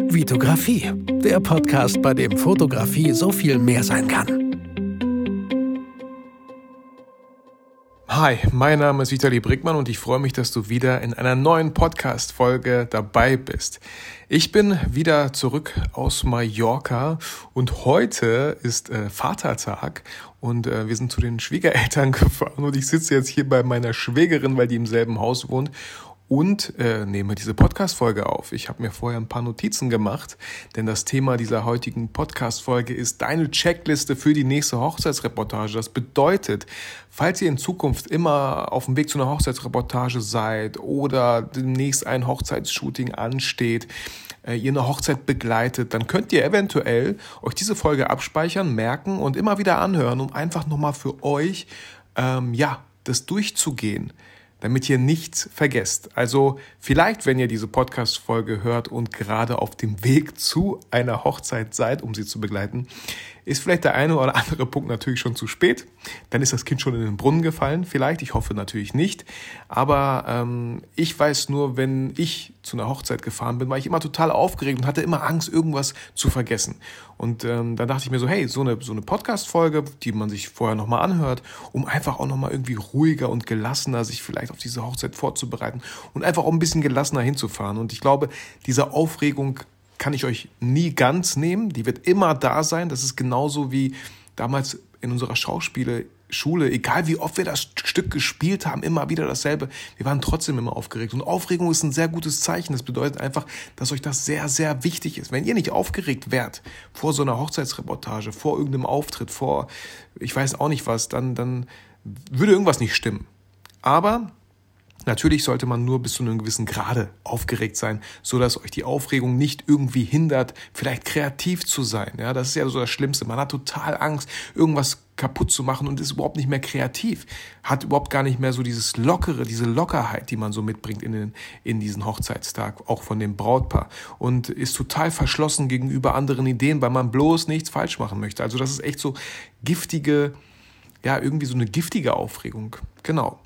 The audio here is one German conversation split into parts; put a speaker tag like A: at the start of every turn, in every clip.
A: Vitografie, der Podcast, bei dem Fotografie so viel mehr sein kann.
B: Hi, mein Name ist Vitali Brickmann und ich freue mich, dass du wieder in einer neuen Podcast-Folge dabei bist. Ich bin wieder zurück aus Mallorca und heute ist Vatertag und wir sind zu den Schwiegereltern gefahren und ich sitze jetzt hier bei meiner Schwägerin, weil die im selben Haus wohnt. Und nehme diese Podcast-Folge auf. Ich habe mir vorher ein paar Notizen gemacht, denn das Thema dieser heutigen Podcast-Folge ist deine Checkliste für die nächste Hochzeitsreportage. Das bedeutet, falls ihr in Zukunft immer auf dem Weg zu einer Hochzeitsreportage seid oder demnächst ein Hochzeitsshooting ansteht, ihr eine Hochzeit begleitet, dann könnt ihr eventuell euch diese Folge abspeichern, merken und immer wieder anhören, um einfach nochmal für euch das durchzugehen, damit ihr nichts vergesst. Also vielleicht, wenn ihr diese Podcast-Folge hört und gerade auf dem Weg zu einer Hochzeit seid, um sie zu begleiten, ist vielleicht der eine oder andere Punkt natürlich schon zu spät. Dann ist das Kind schon in den Brunnen gefallen vielleicht. Ich hoffe natürlich nicht. Aber ich weiß nur, wenn ich zu einer Hochzeit gefahren bin, war ich immer total aufgeregt und hatte immer Angst, irgendwas zu vergessen. Und dann dachte ich mir so, hey, so eine Podcast-Folge, die man sich vorher nochmal anhört, um einfach auch nochmal irgendwie ruhiger und gelassener sich vielleicht auf diese Hochzeit vorzubereiten und einfach auch ein bisschen gelassener hinzufahren. Und ich glaube, diese Aufregung kann ich euch nie ganz nehmen. Die wird immer da sein. Das ist genauso wie damals in unserer Schauspielschule. Egal wie oft wir das Stück gespielt haben, immer wieder dasselbe. Wir waren trotzdem immer aufgeregt. Und Aufregung ist ein sehr gutes Zeichen. Das bedeutet einfach, dass euch das sehr, sehr wichtig ist. Wenn ihr nicht aufgeregt wärt vor so einer Hochzeitsreportage, vor irgendeinem Auftritt, vor ich weiß auch nicht was, dann würde irgendwas nicht stimmen. Aber natürlich sollte man nur bis zu einem gewissen Grade aufgeregt sein, so dass euch die Aufregung nicht irgendwie hindert, vielleicht kreativ zu sein. Ja, das ist ja so das Schlimmste. Man hat total Angst, irgendwas kaputt zu machen und ist überhaupt nicht mehr kreativ. Hat überhaupt gar nicht mehr so dieses Lockere, diese Lockerheit, die man so mitbringt in diesen Hochzeitstag, auch von dem Brautpaar. Und ist total verschlossen gegenüber anderen Ideen, weil man bloß nichts falsch machen möchte. Also das ist echt so irgendwie so eine giftige Aufregung. Genau.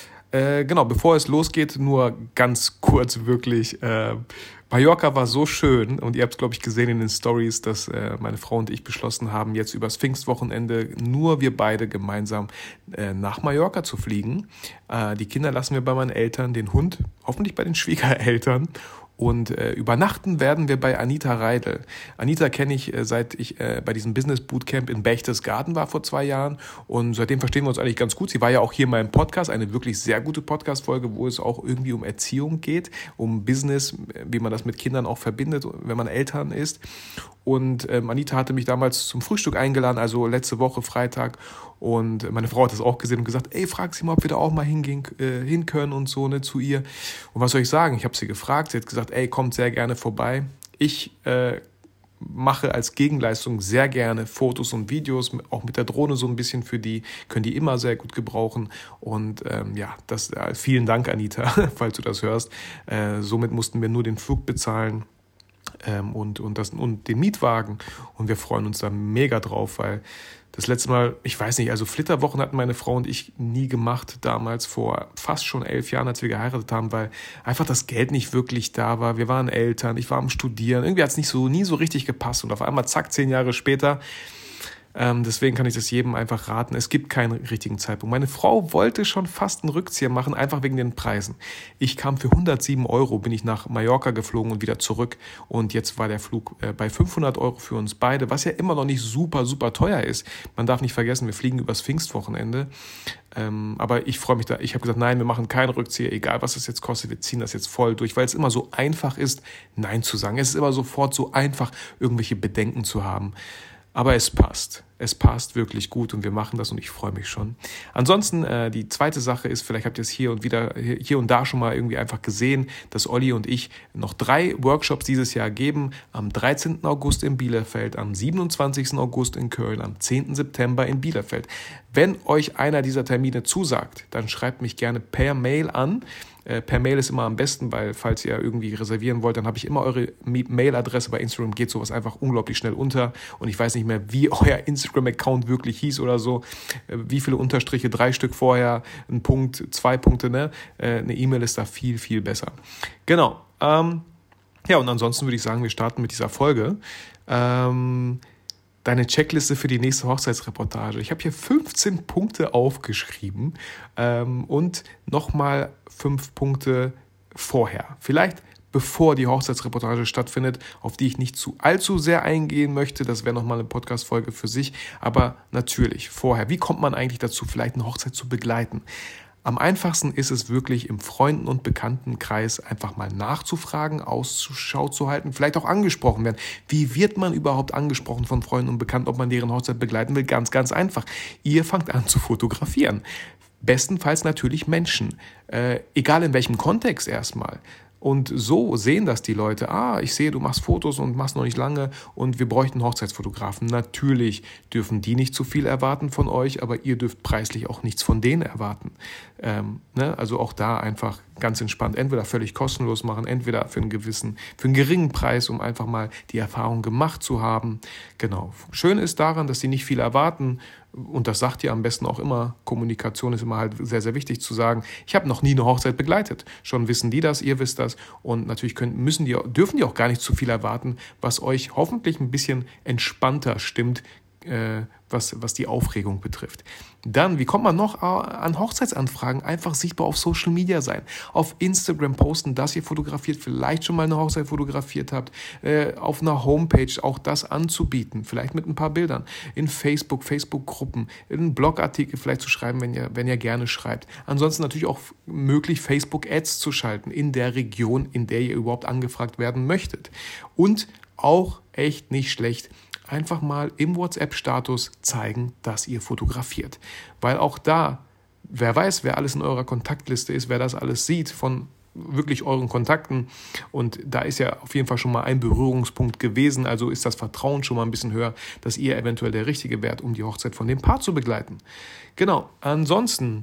B: Bevor es losgeht, nur ganz kurz wirklich. Mallorca war so schön und ihr habt es, glaube ich, gesehen in den Stories, dass meine Frau und ich beschlossen haben, jetzt übers Pfingstwochenende nur wir beide gemeinsam nach Mallorca zu fliegen. Die Kinder lassen wir bei meinen Eltern, den Hund hoffentlich bei den Schwiegereltern. Und übernachten werden wir bei Anita Reidel. Anita kenne ich, seit ich bei diesem Business Bootcamp in Berchtesgaden war vor 2 Jahren. Und seitdem verstehen wir uns eigentlich ganz gut. Sie war ja auch hier in meinem Podcast, eine wirklich sehr gute Podcast-Folge, wo es auch irgendwie um Erziehung geht, um Business, wie man das mit Kindern auch verbindet, wenn man Eltern ist. Und Anita hatte mich damals zum Frühstück eingeladen, also letzte Woche Freitag. Und meine Frau hat das auch gesehen und gesagt, ey, frag sie mal, ob wir da auch mal hin können und so, ne, zu ihr. Und was soll ich sagen? Ich habe sie gefragt, sie hat gesagt, ey, kommt sehr gerne vorbei. Ich mache als Gegenleistung sehr gerne Fotos und Videos, auch mit der Drohne so ein bisschen für die, können die immer sehr gut gebrauchen. Und vielen Dank, Anita, falls du das hörst. Somit mussten wir nur den Flug bezahlen. Und den Mietwagen, und wir freuen uns da mega drauf, weil das letzte Mal, ich weiß nicht, also Flitterwochen hatten meine Frau und ich nie gemacht, damals vor fast schon 11 Jahren, als wir geheiratet haben, weil einfach das Geld nicht wirklich da war. Wir waren Eltern, ich war am Studieren, irgendwie hat es nie so richtig gepasst und auf einmal zack, 10 Jahre später. Deswegen kann ich das jedem einfach raten. Es gibt keinen richtigen Zeitpunkt. Meine Frau wollte schon fast einen Rückzieher machen, einfach wegen den Preisen. Ich kam für 107 €, bin ich nach Mallorca geflogen und wieder zurück. Und jetzt war der Flug bei 500 € für uns beide, was ja immer noch nicht super, super teuer ist. Man darf nicht vergessen, wir fliegen übers Pfingstwochenende. Aber ich freue mich da. Ich habe gesagt, nein, wir machen keinen Rückzieher, egal was es jetzt kostet, wir ziehen das jetzt voll durch, weil es immer so einfach ist, Nein zu sagen. Es ist immer sofort so einfach, irgendwelche Bedenken zu haben. Aber es passt. Es passt wirklich gut und wir machen das und ich freue mich schon. Ansonsten, die zweite Sache ist, vielleicht habt ihr es hier und da schon mal irgendwie einfach gesehen, dass Olli und ich noch 3 Workshops dieses Jahr geben. Am 13. August in Bielefeld, am 27. August in Köln, am 10. September in Bielefeld. Wenn euch einer dieser Termine zusagt, dann schreibt mich gerne per Mail an. Per Mail ist immer am besten, weil falls ihr irgendwie reservieren wollt, dann habe ich immer eure Mailadresse. Bei Instagram geht sowas einfach unglaublich schnell unter und ich weiß nicht mehr, wie euer Instagram-Account wirklich hieß oder so. Wie viele Unterstriche, 3 Stück vorher, ein Punkt, 2 Punkte, ne? Eine E-Mail ist da viel, viel besser. Genau. Ja, und ansonsten würde ich sagen, wir starten mit dieser Folge. Deine Checkliste für die nächste Hochzeitsreportage. Ich habe hier 15 Punkte aufgeschrieben und nochmal 5 Punkte vorher. Vielleicht bevor die Hochzeitsreportage stattfindet, auf die ich nicht allzu sehr eingehen möchte. Das wäre nochmal eine Podcast-Folge für sich. Aber natürlich vorher. Wie kommt man eigentlich dazu, vielleicht eine Hochzeit zu begleiten? Am einfachsten ist es wirklich im Freunden- und Bekanntenkreis einfach mal nachzufragen, Ausschau zu halten, vielleicht auch angesprochen werden. Wie wird man überhaupt angesprochen von Freunden und Bekannten, ob man deren Hochzeit begleiten will? Ganz, ganz einfach. Ihr fangt an zu fotografieren. Bestenfalls natürlich Menschen, egal in welchem Kontext erstmal. Und so sehen das die Leute. Ich sehe, du machst Fotos und machst noch nicht lange und wir bräuchten Hochzeitsfotografen. Natürlich dürfen die nicht zu viel erwarten von euch, aber ihr dürft preislich auch nichts von denen erwarten. Also auch da einfach ganz entspannt, entweder völlig kostenlos machen, entweder für einen geringen Preis, um einfach mal die Erfahrung gemacht zu haben. Genau. Schön ist daran, dass sie nicht viel erwarten. Und das sagt ihr am besten auch immer, Kommunikation ist immer halt sehr, sehr wichtig zu sagen, ich habe noch nie eine Hochzeit begleitet. Schon wissen die das, ihr wisst das und natürlich dürfen die auch gar nicht zu viel erwarten, was euch hoffentlich ein bisschen entspannter stimmt, was die Aufregung betrifft. Dann, wie kommt man noch an Hochzeitsanfragen? Einfach sichtbar auf Social Media sein. Auf Instagram posten, dass ihr fotografiert, vielleicht schon mal eine Hochzeit fotografiert habt. Auf einer Homepage auch das anzubieten, vielleicht mit ein paar Bildern. In Facebook-Gruppen, in einen Blogartikel vielleicht zu schreiben, wenn ihr gerne schreibt. Ansonsten natürlich auch möglich, Facebook-Ads zu schalten in der Region, in der ihr überhaupt angefragt werden möchtet. Und auch echt nicht schlecht, einfach mal im WhatsApp-Status zeigen, dass ihr fotografiert. Weil auch da, wer weiß, wer alles in eurer Kontaktliste ist, wer das alles sieht von wirklich euren Kontakten. Und da ist ja auf jeden Fall schon mal ein Berührungspunkt gewesen. Also ist das Vertrauen schon mal ein bisschen höher, dass ihr eventuell der Richtige wärt, um die Hochzeit von dem Paar zu begleiten. Genau, ansonsten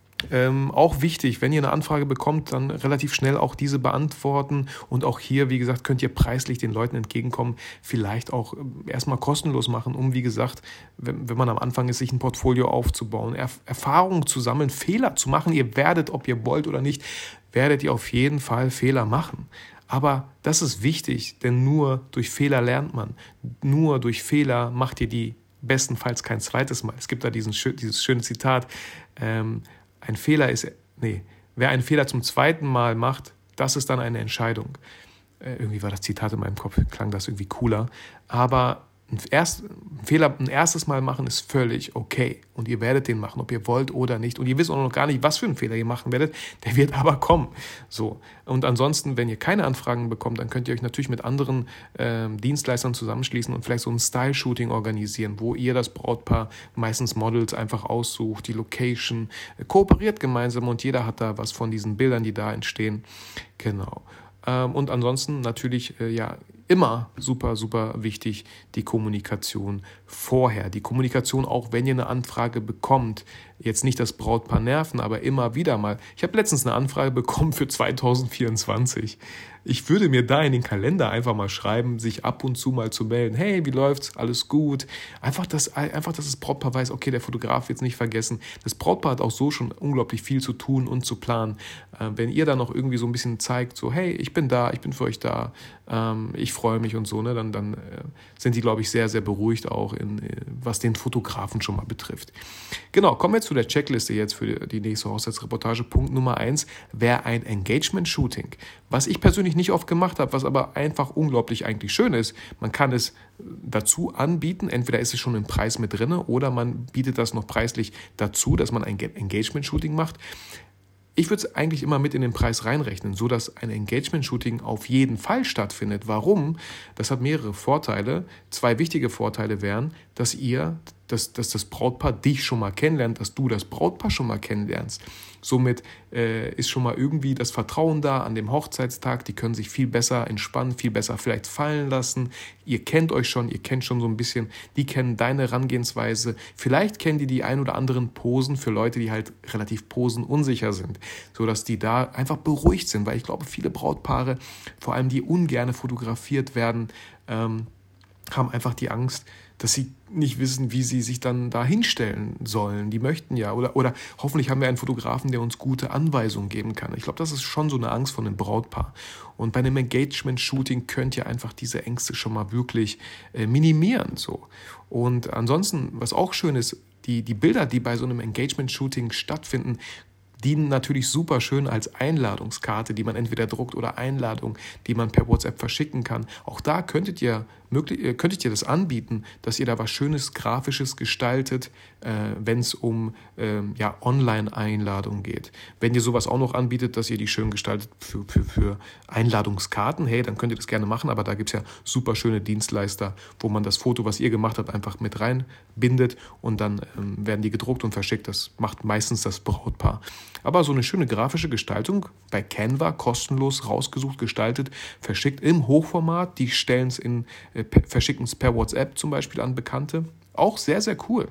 B: auch wichtig, wenn ihr eine Anfrage bekommt, dann relativ schnell auch diese beantworten und auch hier, wie gesagt, könnt ihr preislich den Leuten entgegenkommen, vielleicht auch erstmal kostenlos machen, um, wie gesagt, wenn man am Anfang ist, sich ein Portfolio aufzubauen, Erfahrungen zu sammeln, Fehler zu machen. Ihr werdet, ob ihr wollt oder nicht, werdet ihr auf jeden Fall Fehler machen. Aber das ist wichtig, denn nur durch Fehler lernt man. Nur durch Fehler macht ihr die bestenfalls kein zweites Mal. Es gibt da dieses schöne Zitat, wer einen Fehler zum zweiten Mal macht, das ist dann eine Entscheidung. Irgendwie war das Zitat in meinem Kopf, klang das irgendwie cooler. Aber ein erstes Mal machen ist völlig okay. Und ihr werdet den machen, ob ihr wollt oder nicht. Und ihr wisst auch noch gar nicht, was für einen Fehler ihr machen werdet. Der wird aber kommen. So. Und ansonsten, wenn ihr keine Anfragen bekommt, dann könnt ihr euch natürlich mit anderen Dienstleistern zusammenschließen und vielleicht so ein Style-Shooting organisieren, wo ihr das Brautpaar, meistens Models, einfach aussucht, die Location, kooperiert gemeinsam und jeder hat da was von diesen Bildern, die da entstehen. Genau. Und ansonsten natürlich immer super, super wichtig die Kommunikation vorher. Die Kommunikation auch, wenn ihr eine Anfrage bekommt. Jetzt nicht das Brautpaar nerven, aber immer wieder mal. Ich habe letztens eine Anfrage bekommen für 2024. Ich würde mir da in den Kalender einfach mal schreiben, sich ab und zu mal zu melden. Hey, wie läuft's? Alles gut? Einfach, dass das Brautpaar weiß, okay, der Fotograf wird's nicht vergessen. Das Brautpaar hat auch so schon unglaublich viel zu tun und zu planen. Wenn ihr dann noch irgendwie so ein bisschen zeigt, so, hey, ich bin da, ich bin für euch da, ich freue mich und so, ne, dann sind die, glaube ich, sehr, sehr beruhigt auch, was den Fotografen schon mal betrifft. Genau, kommen wir zu der Checkliste jetzt für die nächste Hochzeitsreportage. Punkt Nummer 1 wäre ein Engagement-Shooting. Was ich persönlich nicht oft gemacht habe, was aber einfach unglaublich eigentlich schön ist. Man kann es dazu anbieten, entweder ist es schon im Preis mit drin oder man bietet das noch preislich dazu, dass man ein Engagement-Shooting macht. Ich würde es eigentlich immer mit in den Preis reinrechnen, so dass ein Engagement-Shooting auf jeden Fall stattfindet. Warum? Das hat mehrere Vorteile. 2 wichtige Vorteile wären, dass das Brautpaar dich schon mal kennenlernt, dass du das Brautpaar schon mal kennenlernst. Somit ist schon mal irgendwie das Vertrauen da an dem Hochzeitstag. Die können sich viel besser entspannen, viel besser vielleicht fallen lassen. Ihr kennt schon so ein bisschen, die kennen deine Herangehensweise. Vielleicht kennen die ein oder anderen Posen für Leute, die halt relativ posenunsicher sind, sodass die da einfach beruhigt sind. Weil ich glaube, viele Brautpaare, vor allem die ungerne fotografiert werden, haben einfach die Angst, dass sie nicht wissen, wie sie sich dann da hinstellen sollen. Die möchten ja. Oder hoffentlich haben wir einen Fotografen, der uns gute Anweisungen geben kann. Ich glaube, das ist schon so eine Angst von einem Brautpaar. Und bei einem Engagement-Shooting könnt ihr einfach diese Ängste schon mal wirklich minimieren. So. Und ansonsten, was auch schön ist, die Bilder, die bei so einem Engagement-Shooting stattfinden, dienen natürlich super schön als Einladungskarte, die man entweder druckt oder Einladung, die man per WhatsApp verschicken kann. Auch da könntet ihr das anbieten, dass ihr da was Schönes, Grafisches gestaltet, wenn es um Online-Einladungen geht. Wenn ihr sowas auch noch anbietet, dass ihr die schön gestaltet für Einladungskarten, hey, dann könnt ihr das gerne machen, aber da gibt es ja super schöne Dienstleister, wo man das Foto, was ihr gemacht habt, einfach mit reinbindet und dann werden die gedruckt und verschickt. Das macht meistens das Brautpaar. Aber so eine schöne grafische Gestaltung bei Canva, kostenlos rausgesucht, gestaltet, verschickt im Hochformat. Die verschicken es per WhatsApp zum Beispiel an Bekannte. Auch sehr, sehr cool.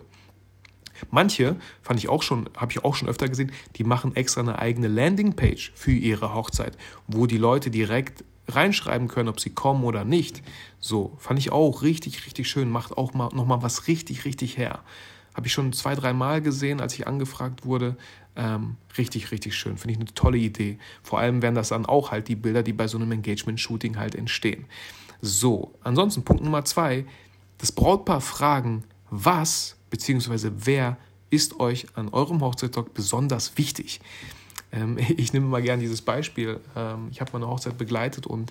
B: Manche, habe ich auch schon öfter gesehen, die machen extra eine eigene Landingpage für ihre Hochzeit, wo die Leute direkt reinschreiben können, ob sie kommen oder nicht. So, fand ich auch richtig, richtig schön. Macht auch nochmal was richtig, richtig her. Habe ich schon 2-3 Mal gesehen, als ich angefragt wurde. Richtig, richtig schön. Finde ich eine tolle Idee. Vor allem wären das dann auch halt die Bilder, die bei so einem Engagement-Shooting halt entstehen. So, ansonsten Punkt Nummer 2. Das Brautpaar fragen, was bzw. wer ist euch an eurem Hochzeitstag besonders wichtig? Ich nehme mal gerne dieses Beispiel. Ich habe meine Hochzeit begleitet und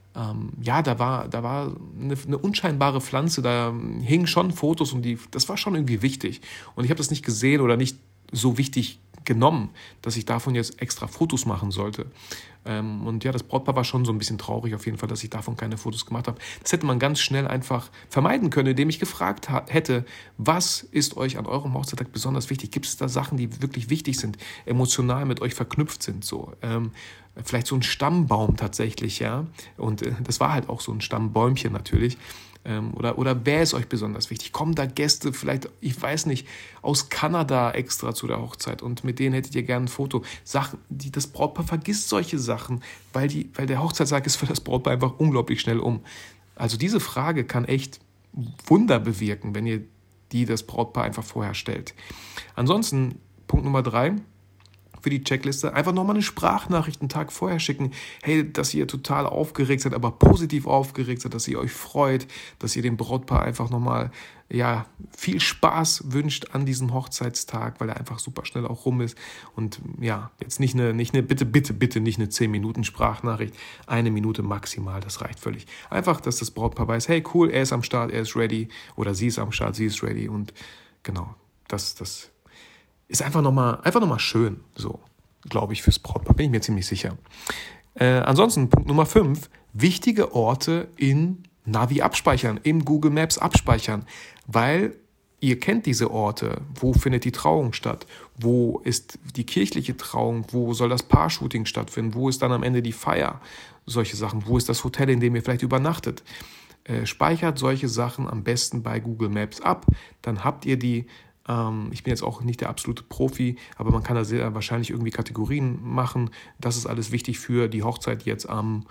B: da war eine unscheinbare Pflanze, da hingen schon Fotos und das war schon irgendwie wichtig. Und ich habe das nicht gesehen oder nicht so wichtig genommen, dass ich davon jetzt extra Fotos machen sollte. Und ja, das Brautpaar war schon so ein bisschen traurig auf jeden Fall, dass ich davon keine Fotos gemacht habe. Das hätte man ganz schnell einfach vermeiden können, indem ich gefragt hätte, was ist euch an eurem Hochzeitstag besonders wichtig? Gibt es da Sachen, die wirklich wichtig sind, emotional mit euch verknüpft sind? So, vielleicht so ein Stammbaum tatsächlich, ja. Und das war halt auch so ein Stammbäumchen natürlich. Oder wer ist euch besonders wichtig? Kommen da Gäste vielleicht, ich weiß nicht, aus Kanada extra zu der Hochzeit und mit denen hättet ihr gerne ein Foto. Sachen, das Brautpaar vergisst solche Sachen, weil der Hochzeitstag ist für das Brautpaar einfach unglaublich schnell um. Also diese Frage kann echt Wunder bewirken, wenn ihr das Brautpaar einfach vorher stellt. Ansonsten, Punkt Nummer 3, für die Checkliste, einfach nochmal eine Sprachnachricht einen Tag vorher schicken. Hey, dass ihr total aufgeregt seid, aber positiv aufgeregt seid, dass ihr euch freut, dass ihr dem Brautpaar einfach nochmal viel Spaß wünscht an diesem Hochzeitstag, weil er einfach super schnell auch rum ist. Und ja, jetzt nicht eine bitte nicht eine 10-Minuten-Sprachnachricht, 1 Minute maximal, das reicht völlig. Einfach, dass das Brautpaar weiß, hey cool, er ist am Start, er ist ready oder sie ist am Start, sie ist ready und genau, das ist einfach nochmal schön, so, glaube ich, fürs Brautpaar, bin ich mir ziemlich sicher. Ansonsten, Punkt Nummer 5, wichtige Orte in Navi abspeichern, in Google Maps abspeichern, weil ihr kennt diese Orte, wo findet die Trauung statt, wo ist die kirchliche Trauung, wo soll das Paar-Shooting stattfinden, wo ist dann am Ende die Feier, solche Sachen, wo ist das Hotel, in dem ihr vielleicht übernachtet. Speichert solche Sachen am besten bei Google Maps ab, dann habt ihr die. Ich bin jetzt auch nicht der absolute Profi, aber man kann da sehr wahrscheinlich irgendwie Kategorien machen. Das ist alles wichtig für die Hochzeit jetzt am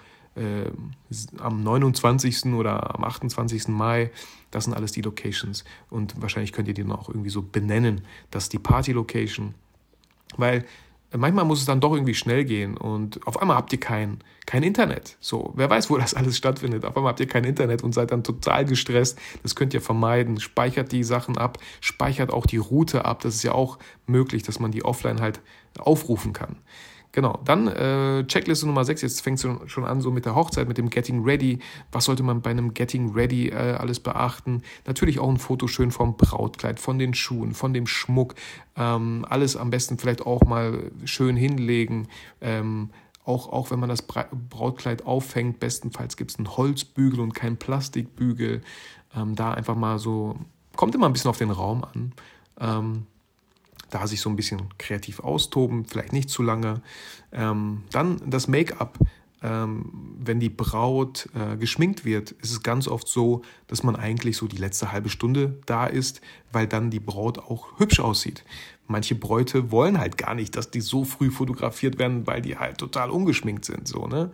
B: 29. oder am 28. Mai. Das sind alles die Locations. Und wahrscheinlich könnt ihr die dann auch irgendwie so benennen. Das ist die Party-Location. Weil manchmal muss es dann doch irgendwie schnell gehen und auf einmal habt ihr kein Internet. So, wer weiß, wo das alles stattfindet. Auf einmal habt ihr kein Internet und seid dann total gestresst. Das könnt ihr vermeiden. Speichert die Sachen ab, speichert auch die Route ab. Das ist ja auch möglich, dass man die offline halt aufrufen kann. Genau, dann Checkliste Nummer 6, jetzt fängt es schon an so mit der Hochzeit, mit dem Getting Ready. Was sollte man bei einem Getting Ready alles beachten? Natürlich auch ein Foto schön vom Brautkleid, von den Schuhen, von dem Schmuck. Alles am besten vielleicht auch mal schön hinlegen. Auch wenn man das Brautkleid aufhängt, bestenfalls gibt es einen Holzbügel und keinen Plastikbügel. Da einfach mal so, kommt immer ein bisschen auf den Raum an. Da sich so ein bisschen kreativ austoben, vielleicht nicht zu lange. Dann das Make-up. Wenn die Braut geschminkt wird, ist es ganz oft so, dass man eigentlich so die letzte halbe Stunde da ist, weil dann die Braut auch hübsch aussieht. Manche Bräute wollen halt gar nicht, dass die so früh fotografiert werden, weil die halt total ungeschminkt sind. So, ne?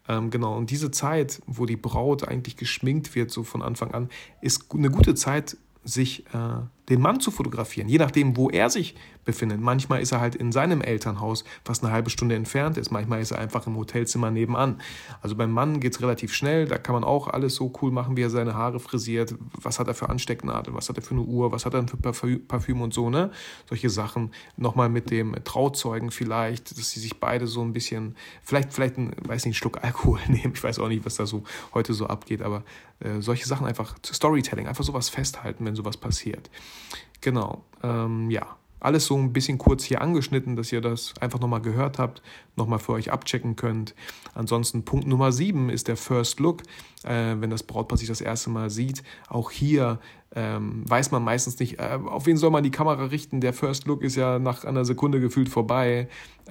B: Genau, und diese Zeit, wo die Braut eigentlich geschminkt wird, so von Anfang an, ist eine gute Zeit, sich den Mann zu fotografieren, je nachdem, wo er sich befindet. Manchmal ist er halt in seinem Elternhaus, was eine halbe Stunde entfernt ist. Manchmal ist er einfach im Hotelzimmer nebenan. Also beim Mann geht es relativ schnell. Da kann man auch alles so cool machen, wie er seine Haare frisiert. Was hat er für Anstecknadeln? Was hat er für eine Uhr? Was hat er für Parfüm und so, ne? Solche Sachen. Nochmal mit dem Trauzeugen vielleicht, dass sie sich beide so ein bisschen, vielleicht einen Schluck Alkohol nehmen. Ich weiß auch nicht, was da so heute so abgeht, aber solche Sachen einfach, Storytelling, einfach sowas festhalten, wenn sowas passiert. Genau, alles so ein bisschen kurz hier angeschnitten, dass ihr das einfach nochmal gehört habt, nochmal für euch abchecken könnt. Ansonsten Punkt Nummer 7 ist der First Look, wenn das Brautpaar sich das erste Mal sieht. Auch hier weiß man meistens nicht, auf wen soll man die Kamera richten. Der First Look ist ja nach einer Sekunde gefühlt vorbei.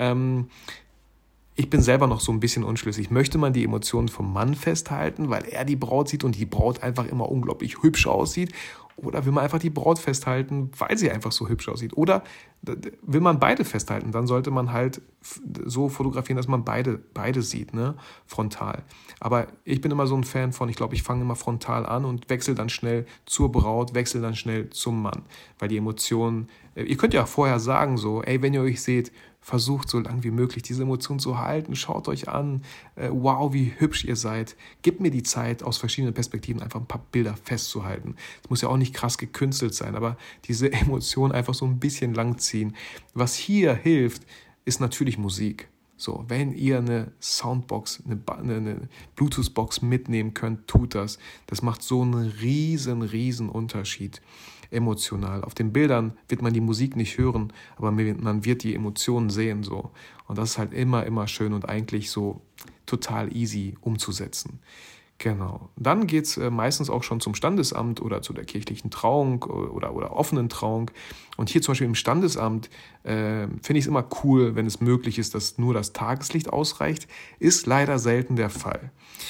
B: Ich bin selber noch so ein bisschen unschlüssig. Möchte man die Emotionen vom Mann festhalten, weil er die Braut sieht und die Braut einfach immer unglaublich hübsch aussieht? Oder will man einfach die Braut festhalten, weil sie einfach so hübsch aussieht? Oder will man beide festhalten? Dann sollte man halt so fotografieren, dass man beide sieht, ne? Frontal. Aber ich bin immer so ein Fan von, ich glaube, ich fange immer frontal an und wechsle dann schnell zur Braut, wechsle dann schnell zum Mann. Weil die Emotionen, ihr könnt ja vorher sagen so, ey, wenn ihr euch seht, versucht so lange wie möglich diese Emotionen zu halten, schaut euch an, wow, wie hübsch ihr seid. Gebt mir die Zeit, aus verschiedenen Perspektiven einfach ein paar Bilder festzuhalten. Es muss ja auch nicht krass gekünstelt sein, aber diese Emotionen einfach so ein bisschen langziehen. Was hier hilft, ist natürlich Musik. So, wenn ihr eine Soundbox, eine Bluetooth-Box mitnehmen könnt, tut das. Das macht so einen riesen Unterschied. Emotional. Auf den Bildern wird man die Musik nicht hören, aber man wird die Emotionen sehen, so. Und das ist halt immer schön und eigentlich so total easy umzusetzen. Genau. Dann geht's meistens auch schon zum Standesamt oder zu der kirchlichen Trauung oder offenen Trauung. Und hier zum Beispiel im Standesamt finde ich es immer cool, wenn es möglich ist, dass nur das Tageslicht ausreicht. Ist leider selten der Fall.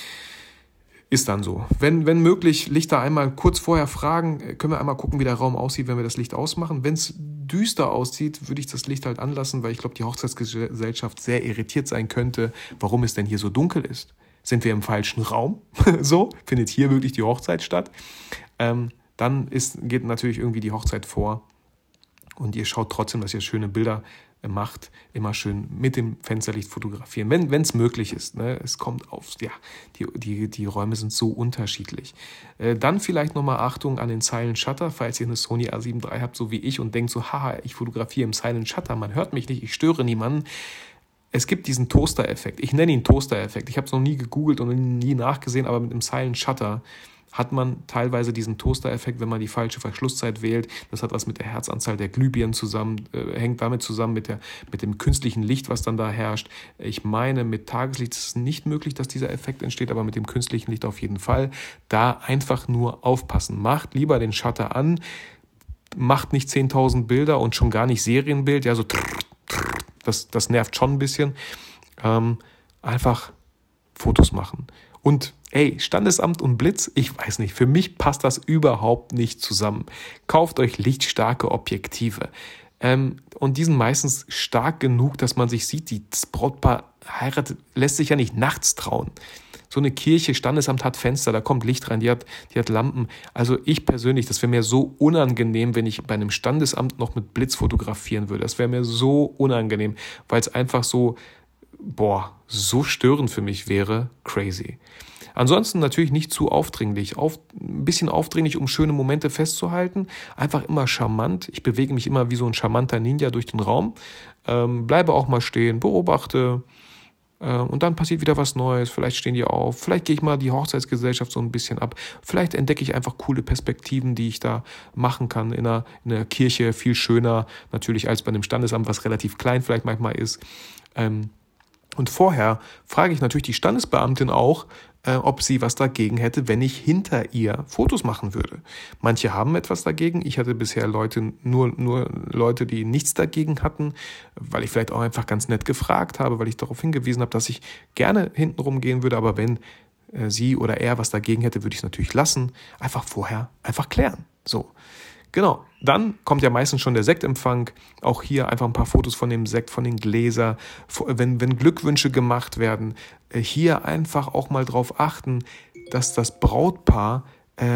B: Ist dann so. Wenn möglich, Lichter einmal kurz vorher fragen, können wir einmal gucken, wie der Raum aussieht, wenn wir das Licht ausmachen. Wenn es düster aussieht, würde ich das Licht halt anlassen, weil ich glaube, die Hochzeitsgesellschaft sehr irritiert sein könnte, warum es denn hier so dunkel ist. Sind wir im falschen Raum? So, findet hier wirklich die Hochzeit statt? Dann geht natürlich irgendwie die Hochzeit vor und ihr schaut trotzdem, dass ihr schöne Bilder macht, immer schön mit dem Fensterlicht fotografieren, wenn es möglich ist. Ne? Es kommt aufs, die Räume sind so unterschiedlich. Dann vielleicht nochmal Achtung an den Silent Shutter, falls ihr eine Sony A7 III habt, so wie ich, und denkt so, haha, ich fotografiere im Silent Shutter, man hört mich nicht, ich störe niemanden. Es gibt diesen Toaster-Effekt. Ich nenne ihn Toaster-Effekt. Ich habe es noch nie gegoogelt und nie nachgesehen, aber mit dem Silent Shutter hat man teilweise diesen Toaster-Effekt, wenn man die falsche Verschlusszeit wählt. Das hat was mit der Herzanzahl der Glühbirnen zusammen, hängt damit zusammen mit dem künstlichen Licht, was dann da herrscht. Ich meine, mit Tageslicht ist es nicht möglich, dass dieser Effekt entsteht, aber mit dem künstlichen Licht auf jeden Fall. Da einfach nur aufpassen. Macht lieber den Shutter an, macht nicht 10.000 Bilder und schon gar nicht Serienbild, ja, so das nervt schon ein bisschen. Einfach Fotos machen. Und Standesamt und Blitz, ich weiß nicht, für mich passt das überhaupt nicht zusammen. Kauft euch lichtstarke Objektive. Und die sind meistens stark genug, dass man sich sieht, das Brautpaar heiratet, lässt sich ja nicht nachts trauen. So eine Kirche, Standesamt hat Fenster, da kommt Licht rein, die hat Lampen. Also ich persönlich, das wäre mir so unangenehm, wenn ich bei einem Standesamt noch mit Blitz fotografieren würde. Das wäre mir so unangenehm, weil es einfach so störend für mich wäre. Crazy. Ansonsten natürlich nicht zu aufdringlich. Ein bisschen aufdringlich, um schöne Momente festzuhalten. Einfach immer charmant. Ich bewege mich immer wie so ein charmanter Ninja durch den Raum. Bleibe auch mal stehen, beobachte. Und dann passiert wieder was Neues. Vielleicht stehen die auf. Vielleicht gehe ich mal die Hochzeitsgesellschaft so ein bisschen ab. Vielleicht entdecke ich einfach coole Perspektiven, die ich da machen kann. In einer Kirche viel schöner natürlich als bei einem Standesamt, was relativ klein vielleicht manchmal ist. Und vorher frage ich natürlich die Standesbeamtin auch, ob sie was dagegen hätte, wenn ich hinter ihr Fotos machen würde. Manche haben etwas dagegen. Ich hatte bisher nur Leute, die nichts dagegen hatten, weil ich vielleicht auch einfach ganz nett gefragt habe, weil ich darauf hingewiesen habe, dass ich gerne hintenrum gehen würde. Aber wenn sie oder er was dagegen hätte, würde ich es natürlich lassen. Einfach vorher klären. So. Genau, dann kommt ja meistens schon der Sektempfang. Auch hier einfach ein paar Fotos von dem Sekt, von den Gläsern. Wenn Glückwünsche gemacht werden, hier einfach auch mal drauf achten, dass das Brautpaar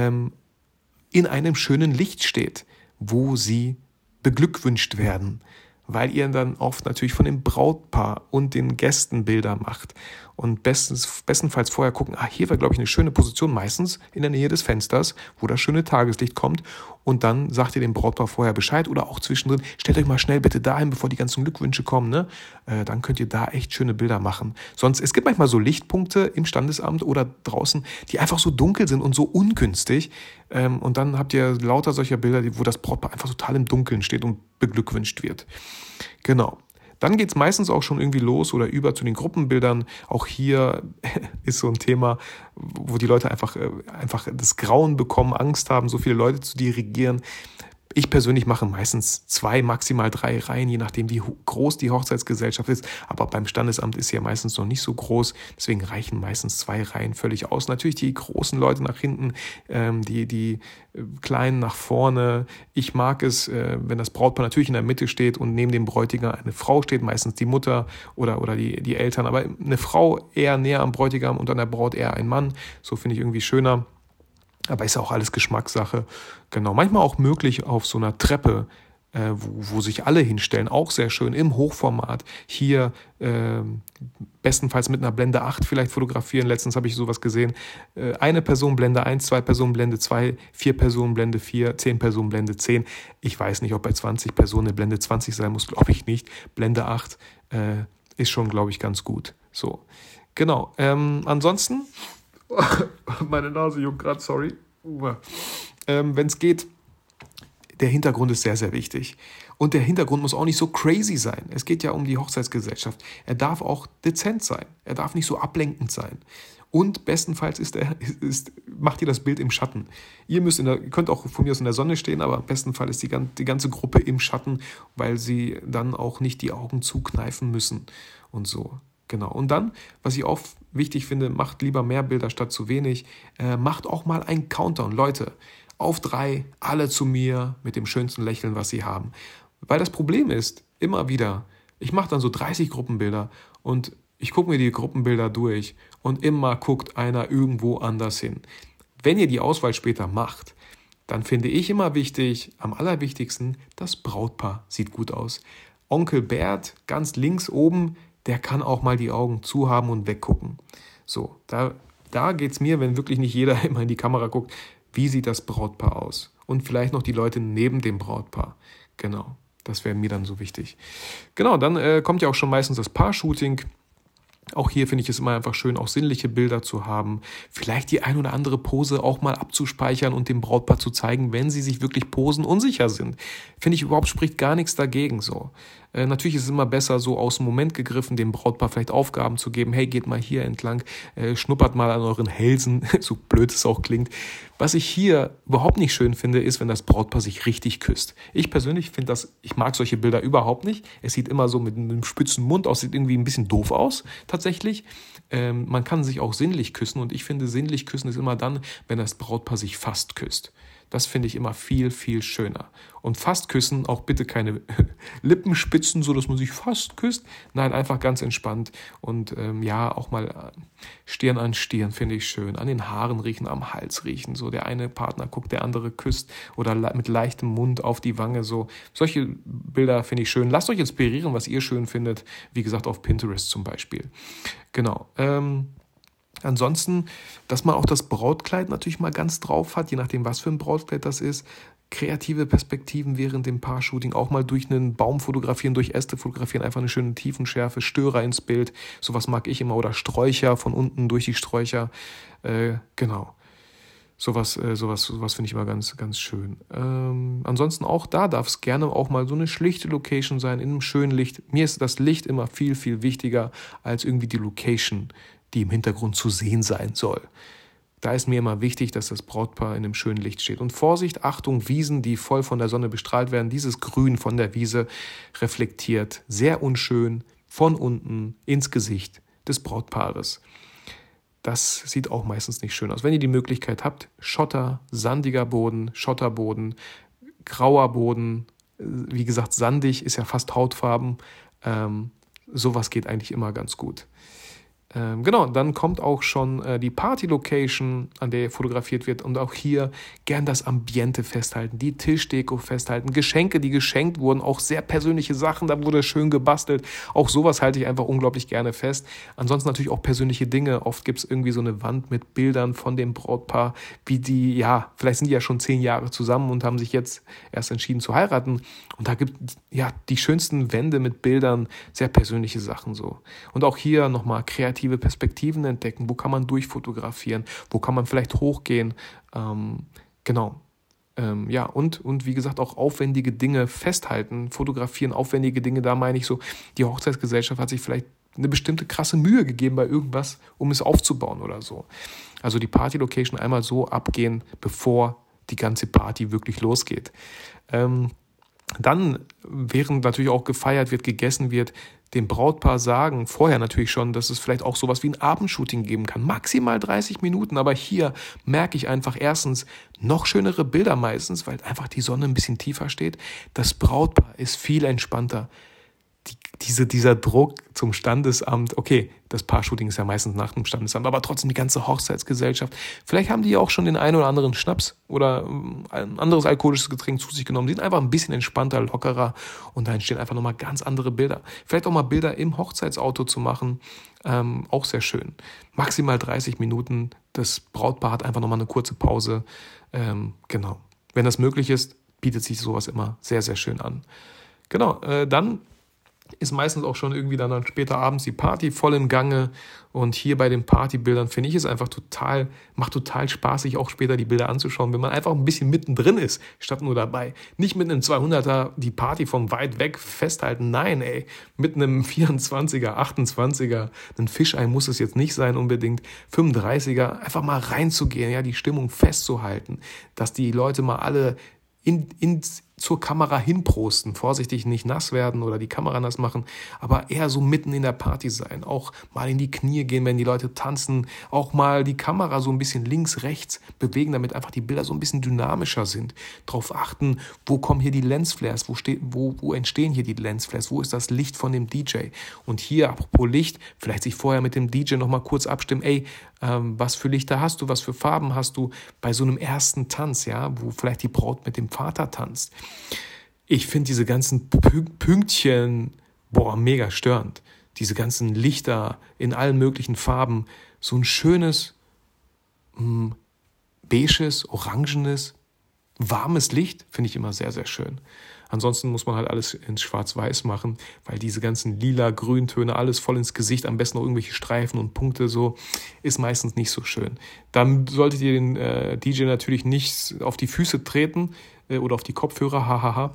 B: in einem schönen Licht steht, wo sie beglückwünscht werden, weil ihr dann oft natürlich von dem Brautpaar und den Gästen Bilder macht. Und bestenfalls vorher gucken, hier wäre, glaube ich, eine schöne Position, meistens in der Nähe des Fensters, wo das schöne Tageslicht kommt. Und dann sagt ihr dem Brautpaar vorher Bescheid oder auch zwischendrin, stellt euch mal schnell bitte dahin, bevor die ganzen Glückwünsche kommen. Ne? Dann könnt ihr da echt schöne Bilder machen. Sonst, es gibt manchmal so Lichtpunkte im Standesamt oder draußen, die einfach so dunkel sind und so ungünstig. Und dann habt ihr lauter solcher Bilder, wo das Brautpaar einfach total im Dunkeln steht und beglückwünscht wird. Genau. Dann geht es meistens auch schon irgendwie los oder über zu den Gruppenbildern. Auch hier ist so ein Thema, wo die Leute einfach das Grauen bekommen, Angst haben, so viele Leute zu dirigieren. Ich persönlich mache meistens 2, maximal 3 Reihen, je nachdem, wie groß die Hochzeitsgesellschaft ist. Aber beim Standesamt ist sie ja meistens noch nicht so groß. Deswegen reichen meistens 2 Reihen völlig aus. Natürlich die großen Leute nach hinten, die kleinen nach vorne. Ich mag es, wenn das Brautpaar natürlich in der Mitte steht und neben dem Bräutigam eine Frau steht, meistens die Mutter oder die Eltern. Aber eine Frau eher näher am Bräutigam und an der Braut eher ein Mann. So finde ich irgendwie schöner. Aber ist auch alles Geschmackssache. Genau, manchmal auch möglich auf so einer Treppe, wo sich alle hinstellen. Auch sehr schön im Hochformat. Hier bestenfalls mit einer Blende 8 vielleicht fotografieren. Letztens habe ich sowas gesehen. Eine Person Blende 1, 2 Personen Blende 2, 4 Personen Blende 4, 10 Personen Blende 10. Ich weiß nicht, ob bei 20 Personen eine Blende 20 sein muss. Glaube ich nicht. Blende 8 ist schon, glaube ich, ganz gut. So, genau. Ansonsten... Meine Nase juckt gerade, sorry. Wenn es geht, der Hintergrund ist sehr, sehr wichtig. Und der Hintergrund muss auch nicht so crazy sein. Es geht ja um die Hochzeitsgesellschaft. Er darf auch dezent sein. Er darf nicht so ablenkend sein. Und bestenfalls macht ihr das Bild im Schatten. Ihr könnt auch von mir aus in der Sonne stehen, aber im besten Fall ist die ganze Gruppe im Schatten, weil sie dann auch nicht die Augen zukneifen müssen und so. Genau. Und dann, was ich auch wichtig finde, macht lieber mehr Bilder statt zu wenig. Macht auch mal einen Countdown. Leute, auf 3, alle zu mir mit dem schönsten Lächeln, was sie haben. Weil das Problem ist, immer wieder, ich mache dann so 30 Gruppenbilder und ich gucke mir die Gruppenbilder durch und immer guckt einer irgendwo anders hin. Wenn ihr die Auswahl später macht, dann finde ich immer wichtig, am allerwichtigsten, das Brautpaar sieht gut aus. Onkel Bert, ganz links oben, der kann auch mal die Augen zu haben und weggucken. So, da geht es mir, wenn wirklich nicht jeder immer in die Kamera guckt, wie sieht das Brautpaar aus? Und vielleicht noch die Leute neben dem Brautpaar. Genau, das wäre mir dann so wichtig. Genau, dann kommt ja auch schon meistens das Paar-Shooting. Auch hier finde ich es immer einfach schön, auch sinnliche Bilder zu haben. Vielleicht die ein oder andere Pose auch mal abzuspeichern und dem Brautpaar zu zeigen, wenn sie sich wirklich posenunsicher sind. Finde ich überhaupt, spricht gar nichts dagegen so. Natürlich ist es immer besser, so aus dem Moment gegriffen, dem Brautpaar vielleicht Aufgaben zu geben. Hey, geht mal hier entlang, schnuppert mal an euren Hälsen, so blöd es auch klingt. Was ich hier überhaupt nicht schön finde, ist, wenn das Brautpaar sich richtig küsst. Ich persönlich ich mag solche Bilder überhaupt nicht. Es sieht immer so mit einem spitzen Mund aus, sieht irgendwie ein bisschen doof aus, tatsächlich. Man kann sich auch sinnlich küssen und ich finde, sinnlich küssen ist immer dann, wenn das Brautpaar sich fast küsst. Das finde ich immer viel, viel schöner. Und fast küssen, auch bitte keine Lippenspitzen, so dass man sich fast küsst. Nein, einfach ganz entspannt. Und auch mal Stirn an Stirn finde ich schön. An den Haaren riechen, am Hals riechen. So der eine Partner guckt, der andere küsst. Oder mit leichtem Mund auf die Wange. So solche Bilder finde ich schön. Lasst euch inspirieren, was ihr schön findet. Wie gesagt, auf Pinterest zum Beispiel. Genau. Ansonsten, dass man auch das Brautkleid natürlich mal ganz drauf hat, je nachdem, was für ein Brautkleid das ist. Kreative Perspektiven während dem Paar-Shooting, auch mal durch einen Baum fotografieren, durch Äste fotografieren, einfach eine schöne Tiefenschärfe, Störer ins Bild, sowas mag ich immer, oder Sträucher von unten durch die Sträucher, genau. Sowas finde ich immer ganz, ganz schön. Ansonsten auch da darf es gerne auch mal so eine schlichte Location sein, in einem schönen Licht. Mir ist das Licht immer viel, viel wichtiger als irgendwie die Location, die im Hintergrund zu sehen sein soll. Da ist mir immer wichtig, dass das Brautpaar in einem schönen Licht steht. Und Vorsicht, Achtung, Wiesen, die voll von der Sonne bestrahlt werden. Dieses Grün von der Wiese reflektiert sehr unschön von unten ins Gesicht des Brautpaares. Das sieht auch meistens nicht schön aus. Wenn ihr die Möglichkeit habt, Schotter, sandiger Boden, Schotterboden, grauer Boden, wie gesagt, sandig, ist ja fast hautfarben. Sowas geht eigentlich immer ganz gut. Genau, dann kommt auch schon die Party-Location, an der fotografiert wird, und auch hier gern das Ambiente festhalten, die Tischdeko festhalten, Geschenke, die geschenkt wurden, auch sehr persönliche Sachen, da wurde schön gebastelt. Auch sowas halte ich einfach unglaublich gerne fest. Ansonsten natürlich auch persönliche Dinge. Oft gibt es irgendwie so eine Wand mit Bildern von dem Brautpaar, wie die, ja, vielleicht sind die ja schon 10 Jahre zusammen und haben sich jetzt erst entschieden zu heiraten. Und da gibt es ja die schönsten Wände mit Bildern, sehr persönliche Sachen so. Und auch hier nochmal kreative Perspektiven entdecken. Wo kann man durchfotografieren? Wo kann man vielleicht hochgehen? Genau. Ja, und wie gesagt, auch aufwendige Dinge festhalten, fotografieren, aufwendige Dinge, da meine ich so, die Hochzeitsgesellschaft hat sich vielleicht eine bestimmte krasse Mühe gegeben bei irgendwas, um es aufzubauen oder so. Also die Party-Location einmal so abgehen, bevor die ganze Party wirklich losgeht. Dann, während natürlich auch gefeiert wird, gegessen wird, dem Brautpaar sagen, vorher natürlich schon, dass es vielleicht auch sowas wie ein Abendshooting geben kann. Maximal 30 Minuten, aber hier merke ich einfach erstens noch schönere Bilder meistens, weil einfach die Sonne ein bisschen tiefer steht. Das Brautpaar ist viel entspannter. Dieser Druck zum Standesamt, okay, das Paar-Shooting ist ja meistens nach dem Standesamt, aber trotzdem die ganze Hochzeitsgesellschaft. Vielleicht haben die ja auch schon den einen oder anderen Schnaps oder ein anderes alkoholisches Getränk zu sich genommen. Die sind einfach ein bisschen entspannter, lockerer und da entstehen einfach nochmal ganz andere Bilder. Vielleicht auch mal Bilder im Hochzeitsauto zu machen, auch sehr schön. Maximal 30 Minuten, das Brautpaar hat einfach nochmal eine kurze Pause. Genau. Wenn das möglich ist, bietet sich sowas immer sehr, sehr schön an. Genau, dann ist meistens auch schon irgendwie dann später abends die Party voll im Gange. Und hier bei den Partybildern finde ich es einfach macht total Spaß, sich auch später die Bilder anzuschauen, wenn man einfach ein bisschen mittendrin ist, statt nur dabei. Nicht mit einem 200er die Party von weit weg festhalten, nein, mit einem 24er, 28er, ein Fischei muss es jetzt nicht sein unbedingt, 35er, einfach mal reinzugehen, ja, die Stimmung festzuhalten, dass die Leute mal alle zur Kamera hinprosten, vorsichtig nicht nass werden oder die Kamera nass machen, aber eher so mitten in der Party sein, auch mal in die Knie gehen, wenn die Leute tanzen, auch mal die Kamera so ein bisschen links, rechts bewegen, damit einfach die Bilder so ein bisschen dynamischer sind, darauf achten, wo kommen hier die Lensflares, wo entstehen hier die Lensflares, wo ist das Licht von dem DJ und hier, apropos Licht, vielleicht sich vorher mit dem DJ nochmal kurz abstimmen, was für Lichter hast du, was für Farben hast du bei so einem ersten Tanz, ja, wo vielleicht die Braut mit dem Vater tanzt. Ich finde diese ganzen Pünktchen, mega störend. Diese ganzen Lichter in allen möglichen Farben, so ein schönes, beiges, orangenes, warmes Licht finde ich immer sehr, sehr schön. Ansonsten muss man halt alles in Schwarz-Weiß machen, weil diese ganzen lila, Grüntöne, alles voll ins Gesicht, am besten noch irgendwelche Streifen und Punkte, so, ist meistens nicht so schön. Dann solltet ihr den DJ natürlich nicht auf die Füße treten oder auf die Kopfhörer,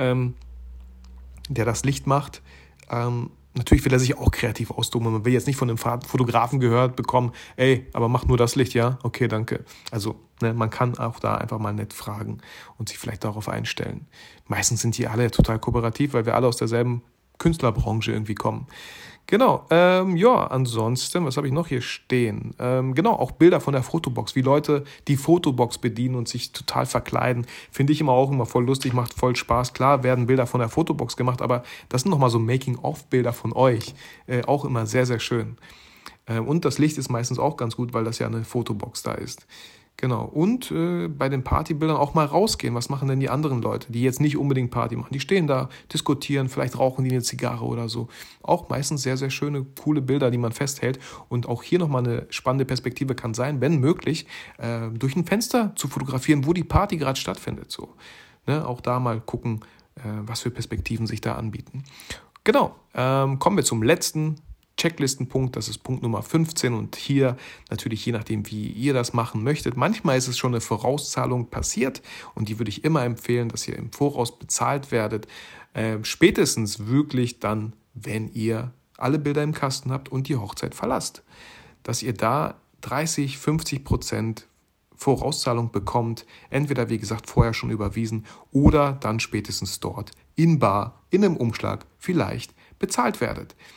B: der das Licht macht. Natürlich will er sich auch kreativ austoben. Man will jetzt nicht von einem Fotografen gehört bekommen, aber mach nur das Licht, ja? Okay, danke. Also, man kann auch da einfach mal nett fragen und sich vielleicht darauf einstellen. Meistens sind die alle total kooperativ, weil wir alle aus derselben Künstlerbranche irgendwie kommen. Genau, ansonsten, was habe ich noch hier stehen? Genau, auch Bilder von der Fotobox, wie Leute die Fotobox bedienen und sich total verkleiden. Finde ich auch immer voll lustig, macht voll Spaß. Klar werden Bilder von der Fotobox gemacht, aber das sind nochmal so Making-of-Bilder von euch. Auch immer sehr, sehr schön. Und das Licht ist meistens auch ganz gut, weil das ja eine Fotobox da ist. Genau, und bei den Partybildern auch mal rausgehen. Was machen denn die anderen Leute, die jetzt nicht unbedingt Party machen? Die stehen da, diskutieren, vielleicht rauchen die eine Zigarre oder so. Auch meistens sehr, sehr schöne, coole Bilder, die man festhält. Und auch hier nochmal eine spannende Perspektive kann sein, wenn möglich, durch ein Fenster zu fotografieren, wo die Party gerade stattfindet. So, auch da mal gucken, was für Perspektiven sich da anbieten. Genau, kommen wir zum letzten Checklistenpunkt, das ist Punkt Nummer 15 und hier natürlich je nachdem, wie ihr das machen möchtet. Manchmal ist es schon eine Vorauszahlung passiert und die würde ich immer empfehlen, dass ihr im Voraus bezahlt werdet. Spätestens wirklich dann, wenn ihr alle Bilder im Kasten habt und die Hochzeit verlasst. Dass ihr da 30-50% Vorauszahlung bekommt, entweder wie gesagt vorher schon überwiesen oder dann spätestens dort in bar, in einem Umschlag vielleicht bezahlt werdet.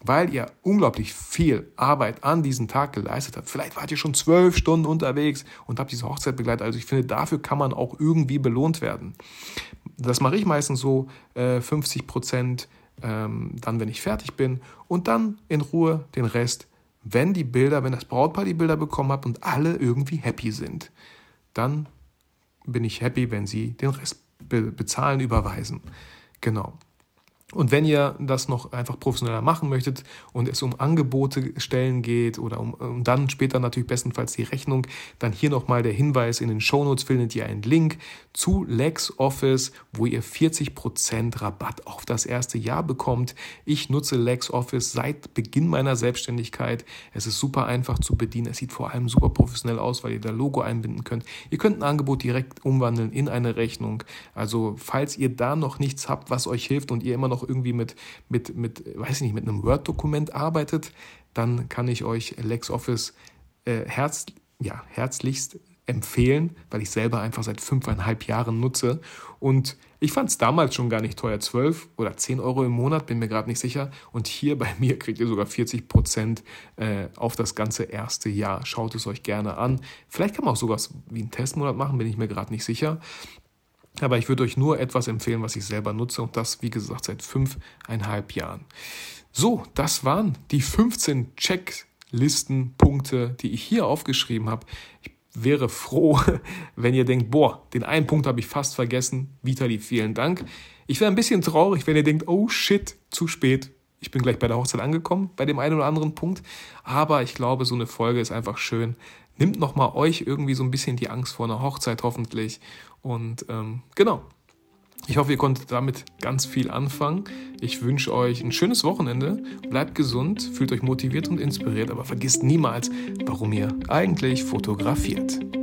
B: weil ihr unglaublich viel Arbeit an diesem Tag geleistet habt. Vielleicht wart ihr schon 12 Stunden unterwegs und habt diese Hochzeit begleitet. Also ich finde, dafür kann man auch irgendwie belohnt werden. Das mache ich meistens so 50%, dann, wenn ich fertig bin, und dann in Ruhe den Rest, wenn das Brautpaar die Bilder bekommen hat und alle irgendwie happy sind. Dann bin ich happy, wenn sie den Rest bezahlen, überweisen. Genau. Und wenn ihr das noch einfach professioneller machen möchtet und es um Angebote stellen geht oder um dann später natürlich bestenfalls die Rechnung, dann hier nochmal der Hinweis: in den Shownotes findet ihr einen Link zu LexOffice, wo ihr 40% Rabatt auf das erste Jahr bekommt. Ich nutze LexOffice seit Beginn meiner Selbstständigkeit. Es ist super einfach zu bedienen. Es sieht vor allem super professionell aus, weil ihr da Logo einbinden könnt. Ihr könnt ein Angebot direkt umwandeln in eine Rechnung. Also falls ihr da noch nichts habt, was euch hilft und ihr immer noch irgendwie mit einem Word-Dokument arbeitet, dann kann ich euch LexOffice herzlichst empfehlen, weil ich selber einfach seit 5,5 Jahren nutze. Und ich fand es damals schon gar nicht teuer, 12 oder 10 Euro im Monat, bin mir gerade nicht sicher. Und hier bei mir kriegt ihr sogar 40% auf das ganze erste Jahr. Schaut es euch gerne an. Vielleicht kann man auch sowas wie einen Testmonat machen, bin ich mir gerade nicht sicher. Aber ich würde euch nur etwas empfehlen, was ich selber nutze, und das, wie gesagt, seit 5,5 Jahren. So, das waren die 15 Checklistenpunkte, die ich hier aufgeschrieben habe. Ich wäre froh, wenn ihr denkt, den einen Punkt habe ich fast vergessen. Vitali, vielen Dank. Ich wäre ein bisschen traurig, wenn ihr denkt, oh shit, zu spät. Ich bin gleich bei der Hochzeit angekommen, bei dem einen oder anderen Punkt. Aber ich glaube, so eine Folge ist einfach schön. Nimmt nochmal euch irgendwie so ein bisschen die Angst vor einer Hochzeit hoffentlich. Und genau, ich hoffe, ihr konntet damit ganz viel anfangen. Ich wünsche euch ein schönes Wochenende. Bleibt gesund, fühlt euch motiviert und inspiriert, aber vergisst niemals, warum ihr eigentlich fotografiert.